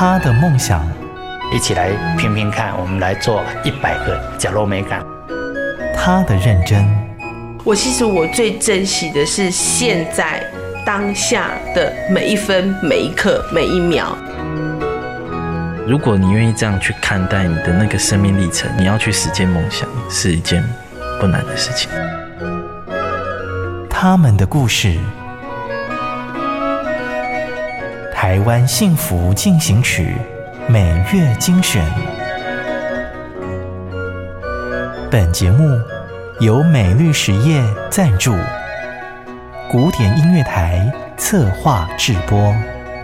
他的梦想。 一起来拼拼看，我们来做100个角落美感。 他的认真。 其实我最珍惜的是现在当下的每一分每一刻每一秒。 如果你愿意这样去看待你的那个生命历程，你要去实践梦想是一件不难的事情。 他们的故事，台湾幸福进行曲每月精选。本节目由美律实业赞助，古典音乐台策划制播。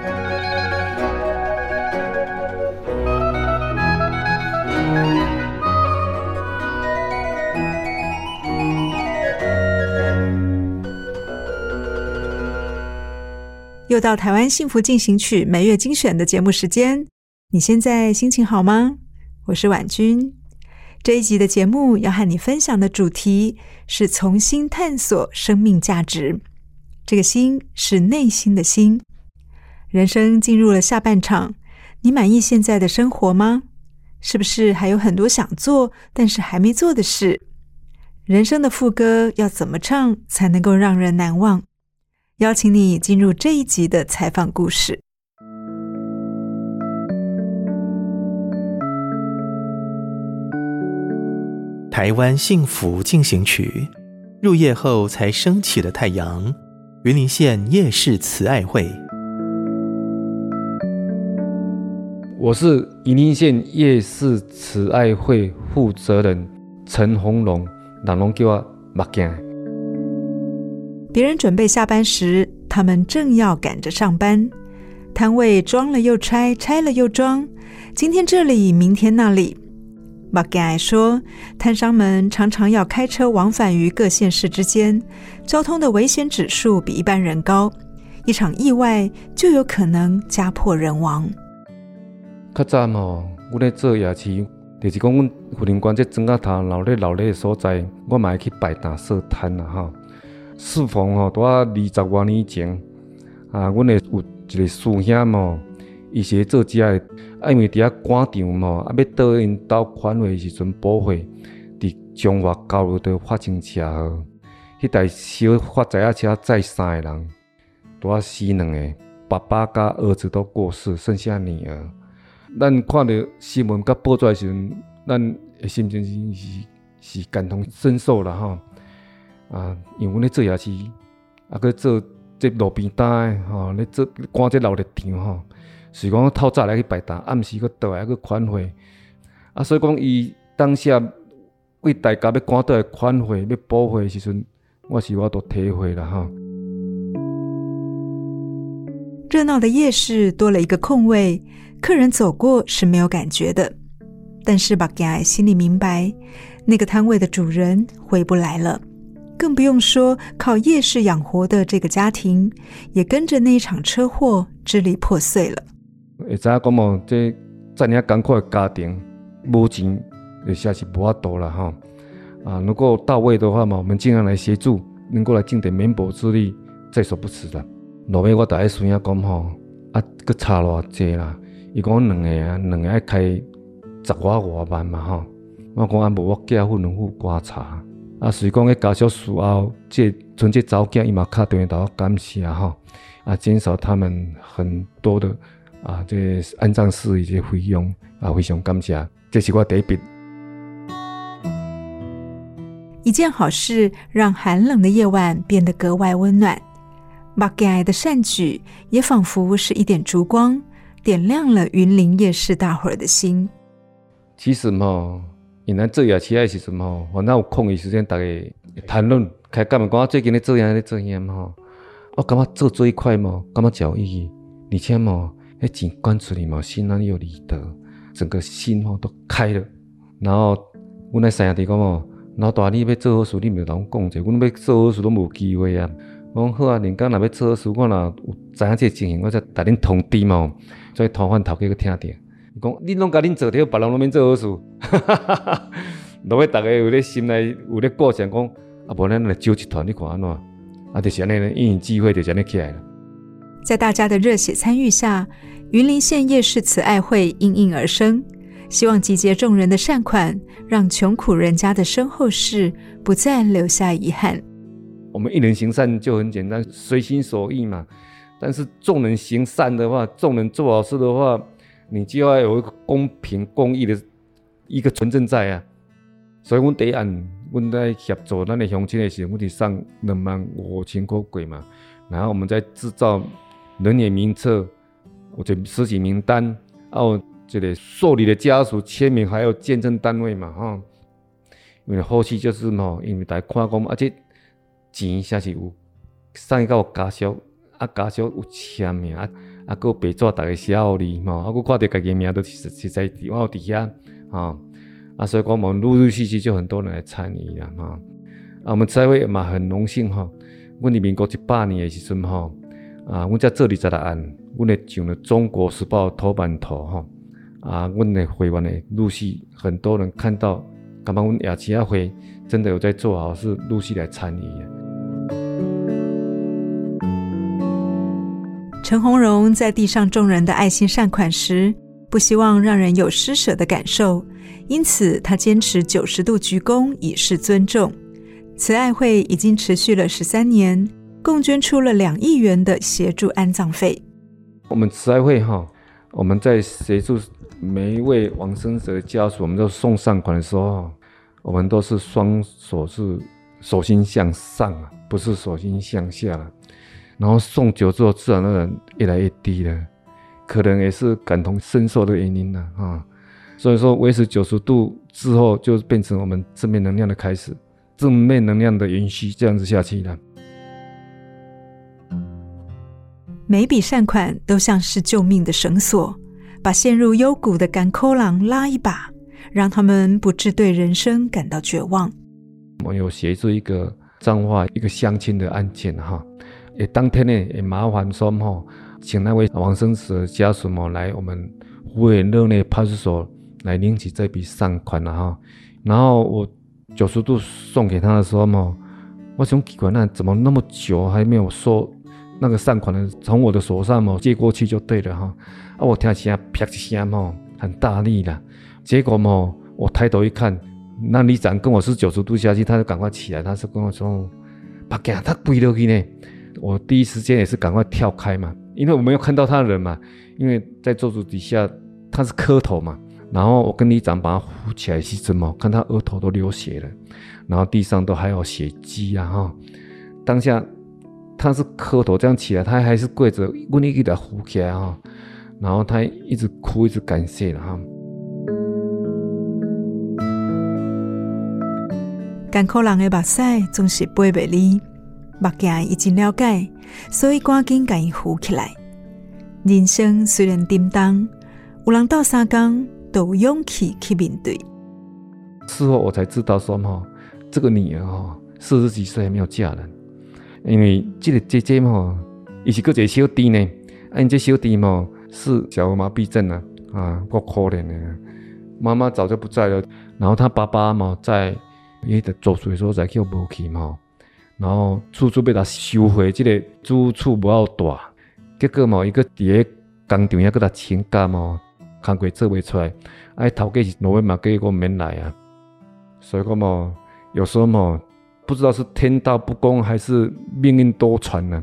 又到台湾幸福进行曲每月精选的节目时间，你现在心情好吗？我是婉君。这一集的节目要和你分享的主题是重新探索生命价值。这个心是内心的心。人生进入了下半场，你满意现在的生活吗？是不是还有很多想做但是还没做的事？人生的副歌要怎么唱才能够让人难忘？邀请你进入这一集的采访故事。 台湾幸福进行曲，入夜后才升起的太阳，云林县夜市慈爱会。 我是云林县夜市慈爱会负责人陈宏龙，人拢叫我目镜。 别人准备下班时，他们正要赶着上班。摊位装了又拆，拆了又装，今天这里，明天那里。目镜说，摊商们常常要开车往返于各县市之间，交通的危险指数比一般人高，一场意外就有可能家破人亡。 较早阮咧做夜市，就是讲阮福林关这庄仔头闹热的所在，我嘛会去摆摊设摊啦适逢在20多年前，阮会有一个师兄伊是做这个，因为伫遐赶场要倒因兜款货时阵补货，伫中华高路就发生车祸，迄台小发财车载3个人，拄死2个，爸爸甲儿子都过世，剩下女儿。咱看到新闻甲报纸的时阵，咱的心情是感同身受啦因为阮咧做夜市，搁做这路边摊的咧做赶这闹热场是讲透早来去摆摊，暗时搁倒来去款货所以讲伊当下为大家要赶倒来款货要补货的时阵，我都体会啦热闹的夜市多了一个空位，客人走过是没有感觉的，但是目镜心里明白，那个摊位的主人回不来了，更不用说靠夜市养活的这个家庭，也跟着那一场车祸支离破碎了。 会知影讲这遮尔艰苦的家庭，无钱就实在是无法度啦如果到位的话我们尽量来协助，能够来尽点绵薄之力，在所不辞的。落尾我就爱孙仔讲搁差偌济啦？伊讲两个爱开10外万嘛我讲无我寄付2副瓜茶。随讲家属事后，这查某囝伊嘛敲电话给我感谢减少他们很多的这安葬事宜这费用非常感谢，这是我第一笔。 一件好事让寒冷的夜晚变得格外温暖，目镜的善举也仿佛是一点烛光，点亮了云林夜市大伙儿的心。 其实因咱做夜市的时阵反正有空余时间，大家谈论开讲讲最近咧做啥我感觉做这一块感觉较有意义，而且那钱捐出去心安有理得，整个心都开了。然后阮那三兄弟讲老大你要做好事，你咪同我讲者，阮要做好事都无机会啊。我讲好啊，人家若要做好事，我若有知影这情形，我才带恁通知所以摊贩头家去听着。伊讲恁拢甲恁做，对，别人拢免做好事。落尾大家有咧心内有咧顾想讲，无咱来招一团，你看安怎？就是安尼因缘际会就安尼起来了。 在大家的热血参与下，云林县夜市慈爱会应运而生，希望集结众人的善款，让穷苦人家的身后事不再留下遗憾。 我们一人行善就很简单，随心所欲嘛。但是众人行善的话，众人做好事的话，你就要有一个公平公义的一个存证在啊。所以我们第一案，我们在协助咱的乡亲的时候，我们上25000块贵嘛。然后我们再制造人员名册，有一实体名单，有这个受理的家属签名，还有见证单位嘛哈。因为后期就是嘛，因为大家看讲，这钱才是有送到家属，家属有签名，还有白纸，大家写互你嘛，还有看到家己的名都实在伫我伫遐啊，所以讲我们陆续就很多人来参与啦哈。我们慈爱会嘛很荣幸哈，阮伫民国18年的时阵哈，阮才做26案，阮会上了《中国时报》头版头哈，阮的会员呢陆续很多人看到，感觉阮亚慈爱会真的有在做好事，陆续来参与。 陈鸿荣在地上众人的爱心善款时，不希望让人有施舍的感受，因此他坚持90度鞠躬以示尊重。慈爱会已经持续了13年，共捐出了2亿元的协助安葬费。 我们慈爱会我们在协助每一位往生者的家属，我们都送善款的时候，我们都是双手是手心向上不是手心向下然后送久之后，自然而然越来越低了，可能也是感同身受的原因所以说维持90度之后，就变成我们正面能量的开始，正面能量的延续，这样子下去了。 每笔善款都像是救命的绳索，把陷入幽谷的甘苦人拉一把，让他们不致对人生感到绝望。 我有协助一个彰化一个乡亲的案件当天呢也麻烦说请那位往生者家属来我们福园乐内派出所来领取这笔善款然后我90度送给他的时候我想奇怪，那怎么那么久还没有收那个善款呢？从我的手上接过去就对了我听声啪一声很大力啦，结果我抬头一看，那里长跟我是90度下去，他就赶快起来，他是跟我说把给他跪下去呢。我第一时间也是赶快跳开嘛，因为我没有看到他的人嘛，因为在桌子底下他是磕头嘛，然后我跟里长把他扶起来时看他额头都流血了，然后地上都还有血迹当下他是磕头这样起来，他还是跪着，我一给他扶起来然后他一直哭一直感谢了甘苦人的目屎总是飞不离，目镜已经了解，所以赶紧把伊扶起来。人生虽然沉重，有人到3天都有勇气去面对。 事后我才知道说这个女儿40几岁还没有嫁人，因为这个姐姐她是还有一个小弟呢，因这小弟是小儿麻痹症够可怜的，妈妈早就不在了，然后他爸爸在伊在做事的时候才叫无去然后厝要他收回这个住处不要大，结果一个伫个工厂遐给他请假工课做不出来，头家是落尾嘛叫伊免来所以讲有时候不知道是天道不公还是命运多舛呢。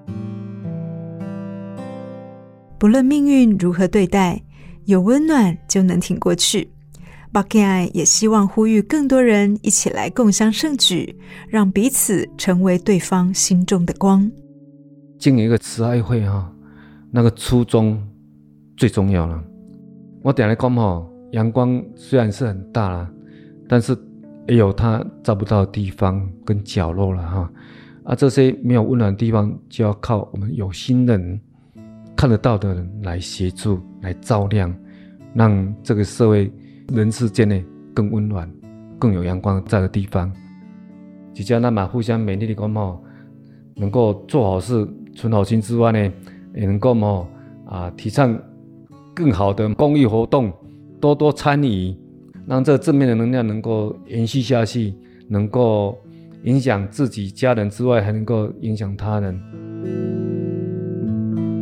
不论命运如何对待，有温暖就能挺过去。目镜也希望呼吁更多人一起来共襄盛举，让彼此成为对方心中的光。 经营一个慈爱会那个初衷最重要了。我常常讲阳光虽然是很大啦，但是也有它照不到的地方跟角落了这些没有温暖的地方，就要靠我们有心人看得到的人来协助来照亮，让这个社会人世间呢更温暖更有阳光在的地方。只叫咱嘛互相勉励的讲能够做好事存好心之外呢，也能够提倡更好的公益活动，多多参与，让这正面的能量能够延续下去，能够影响自己家人之外，还能够影响他人。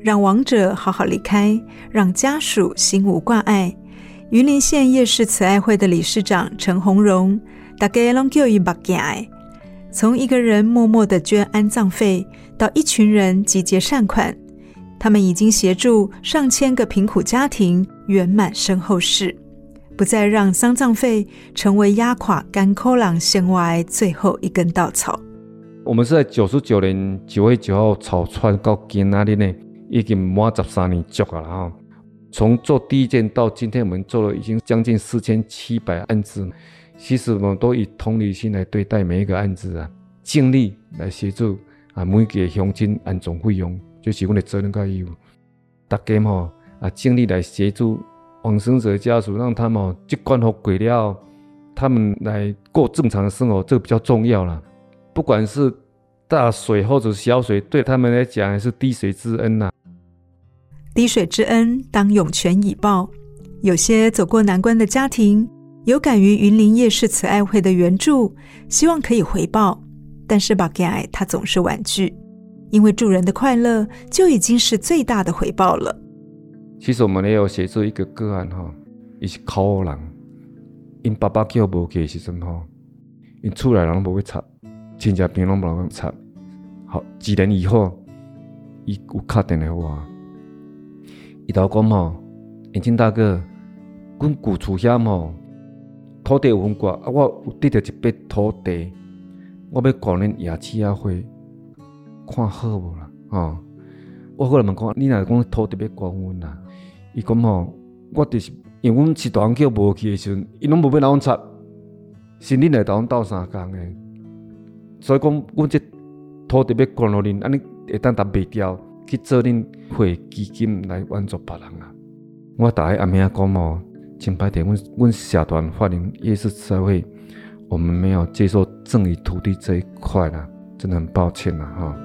让亡者好好离开，让家属心无挂碍。云林县夜市慈爱会的理事长陈鸿荣，大家都叫他目镜的。从一个人默默地捐安葬费，到一群人集结善款，他们已经协助上千个贫苦家庭圆满身后事，不再让丧葬费成为压垮甘苦人生活的最后一根稻草。 我们是在99年9月9号草创到今仔日呢，已经满13年足了哈。从做第一件到今天，我们做了已经将近4700案子。其实我们都以同理心来对待每一个案子啊，尽力来协助每一个乡亲安葬费用，这是我们的责任跟义务。大家尽力来协助往生者家属，让他们这关好过了，他们来过正常的生活，这个比较重要啦。不管是大水或者小水，对他们来讲还是滴水之恩呐。 滴水之恩当涌泉以报。有些走过难关的家庭，有感于云林夜市慈爱会的援助，希望可以回报，但是目镜他总是婉拒，因为助人的快乐就已经是最大的回报了。 其实我们也有协助一个个案哈，他是考人，因爸爸叫无去的时阵哈，因厝内人无去插，亲戚朋友拢无去插。好，2年以后，伊有打电话给我，伊头讲吼，延庆大哥，阮旧厝遐吼，土地有分割，我有得到一笔土地，我要挂恁夜市仔会，看好无啦？我后来问讲，你若讲土地要挂阮啦？伊讲吼，我就是因为阮是大人叫无去的时阵，伊拢无要来阮插，是恁来甲阮斗相共的，所以讲阮这土地要挂落恁，安尼会当达卖掉，去做恁会基金来援助别人啊。我大概暗暝讲吼，真歹点，阮社团法人夜市慈爱会，我们没有接受赠与土地这一块啦，真的很抱歉啦哈。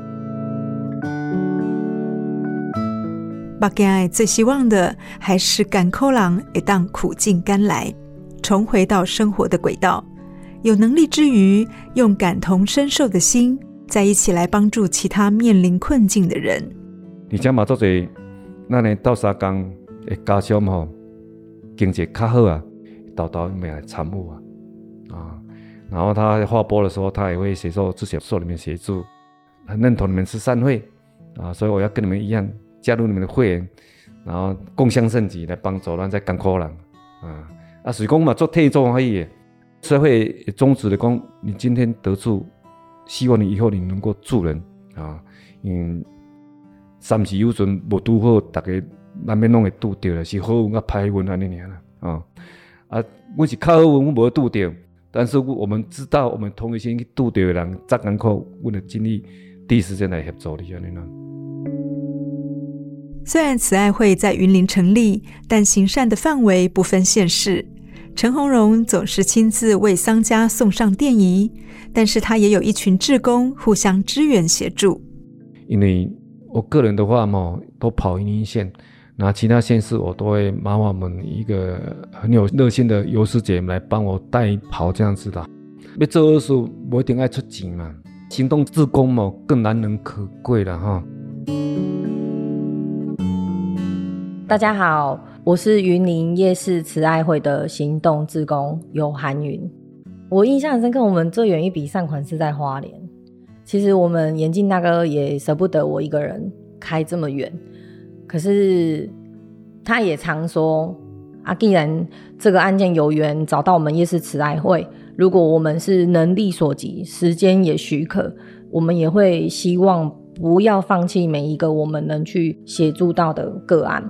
目镜最希望的还是甘苦人会当苦尽甘来，重回到生活的轨道。有能力之余，用感同身受的心，再一起来帮助其他面临困境的人。 而且嘛，做侪咱的斗相共的家属吼，经济较好啊，豆也来参与然后他划拨的时候，他也会协助志协里面协助，很认同你们是善会所以我要跟你们一样加入你们的会员，然后共襄盛举来帮助咱在艰苦人所以讲嘛，做替做可以，社会宗旨的讲，你今天得助，希望你以后你能够助人三时有准无拄好，大家难免拢会拄到啦，是好运甲歹运安尼尔啦阮是较好运，阮无拄到，但是我们知道，我们同理心去拄到的人再艰苦，阮会尽力第一时间来协助你安尼啦。 虽然慈爱会在云林成立，但行善的范围不分县市。陈鸿荣总是亲自为丧家送上奠仪，但是他也有一群志工互相支援协助。 因为我个人的话都跑云林县，那其他县市我都会麻烦我们一个很有热心的游师姐来帮我带跑这样子的。要做恶事，不一定要出钱嘛，行动志工更难能可贵了哈。 大家好，我是云林夜市慈爱会的行动志工尤涵云。我印象深刻，我们最远一笔善款是在花莲。其实我们严静大哥也舍不得我一个人开这么远，可是他也常说既然这个案件有缘找到我们夜市慈爱会，如果我们是能力所及，时间也许可，我们也会希望不要放弃每一个我们能去协助到的个案。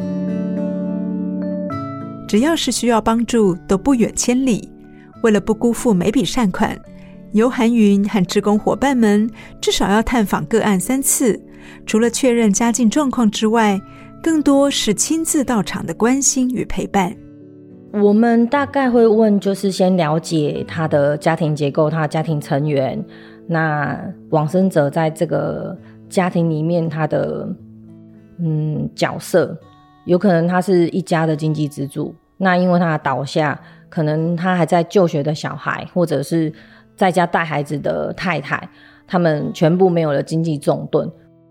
只要是需要帮助，都不远千里。为了不辜负每笔善款，尤涵云和志工伙伴们至少要探访个案3次，除了确认家境状况之外，更多是亲自到场的关心与陪伴。 我们大概会问，就是先了解他的家庭结构，他的家庭成员，那往生者在这个家庭里面他的角色，有可能他是一家的经济支柱，那因为他的倒下，可能他还在就学的小孩，或者是在家带孩子的太太，他们全部没有了经济重盾。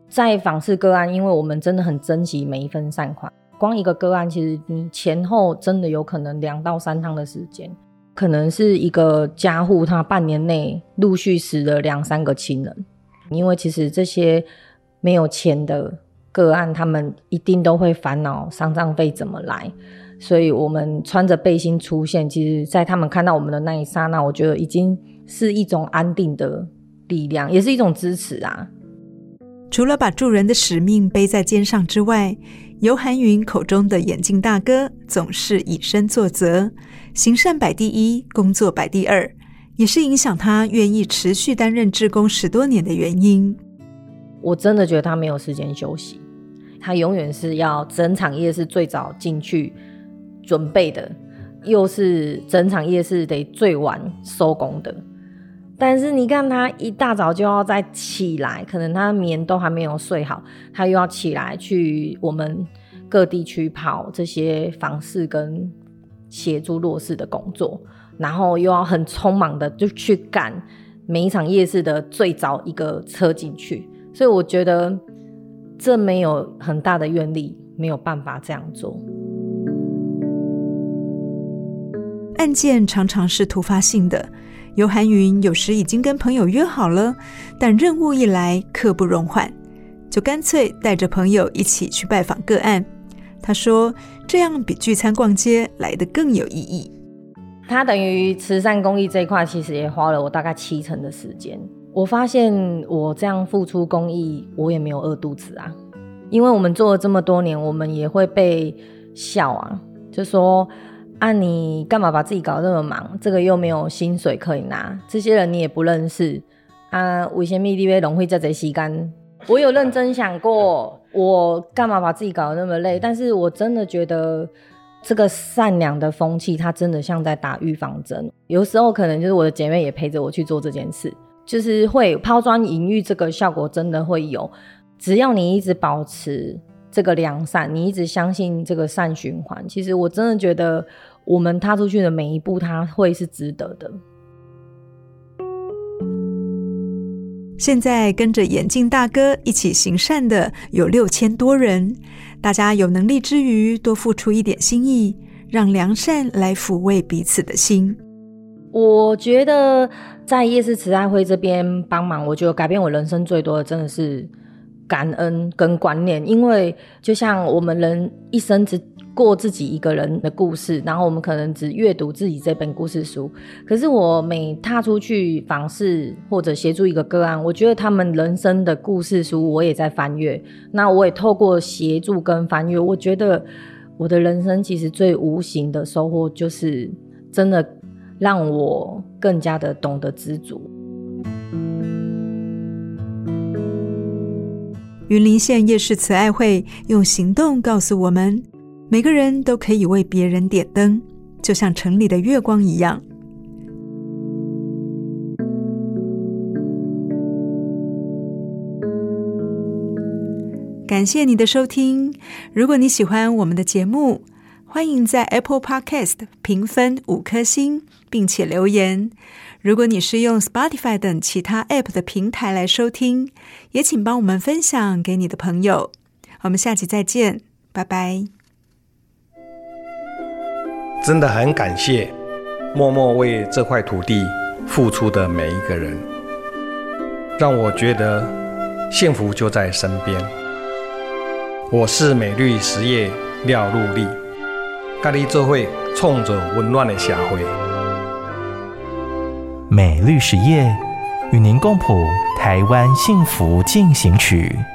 在访视个案，因为我们真的很珍惜每一分善款，光一个个案其实你前后真的有可能2到3趟的时间，可能是一个家户他半年内陆续死了2、3个亲人。因为其实这些没有钱的个案，他们一定都会烦恼丧葬费怎么来，所以我们穿着背心出现，其实在他们看到我们的那一刹那，我觉得已经是一种安定的力量，也是一种支持啊。 除了把助人的使命背在肩上之外，游涵云口中的眼镜大哥总是以身作则，行善摆第一，工作摆第二，也是影响他愿意持续担任志工10多年的原因。 我真的觉得他没有时间休息，他永远是要整场夜市最早进去准备的，又是整场夜市得最晚收工的。但是你看他一大早就要再起来，可能他眠都还没有睡好，他又要起来去我们各地区跑这些访视跟协助弱势的工作，然后又要很匆忙的就去赶每一场夜市的最早一个车进去，所以我觉得这没有很大的愿力，没有办法这样做。 案件常常是突发性的，游涵云有时已经跟朋友约好了，但任务一来刻不容缓，就干脆带着朋友一起去拜访个案。他说这样比聚餐逛街来得更有意义。 他等于慈善公益这一块其实也花了我大概70%的时间。我发现我这样付出公益，我也没有饿肚子啊，因为我们做了这么多年，我们也会被笑啊，就说啊，你干嘛把自己搞得那么忙，这个又没有薪水可以拿，这些人你也不认识啊，为什么你要浪费这些时间？我有认真想过，我干嘛把自己搞得那么累，但是我真的觉得这个善良的风气它真的像在打预防针。有时候可能就是我的姐妹也陪着我去做这件事，就是会抛砖引玉，这个效果真的会有。只要你一直保持这个良善，你一直相信这个善循环，其实我真的觉得我们踏出去的每一步它会是值得的。 现在跟着眼镜大哥一起行善的有6000多人，大家有能力之余多付出一点心意，让良善来抚慰彼此的心。 我觉得在夜市慈爱会这边帮忙，我觉得改变我人生最多的真的是感恩跟观念。因为就像我们人一生只过自己一个人的故事，然后我们可能只阅读自己这本故事书，可是我每踏出去访视或者协助一个个案，我觉得他们人生的故事书我也在翻阅，那我也透过协助跟翻阅，我觉得我的人生其实最无形的收获就是真的让我更加的懂得知足。 云林县夜市慈爱会用行动告诉我们，每个人都可以为别人点灯，就像城里的月光一样。感谢你的收听，如果你喜欢我们的节目，欢迎在 Apple Podcast 评分5颗星，并且留言。如果你是用 Spotify 等其他 App 的平台来收听，也请帮我们分享给你的朋友。我们下期再见，拜拜。 真的很感谢默默为这块土地付出的每一个人，让我觉得幸福就在身边。我是美绿实业廖陆力，跟你做伙创造温暖的社会。 美绿实业与您共谱台湾幸福进行曲。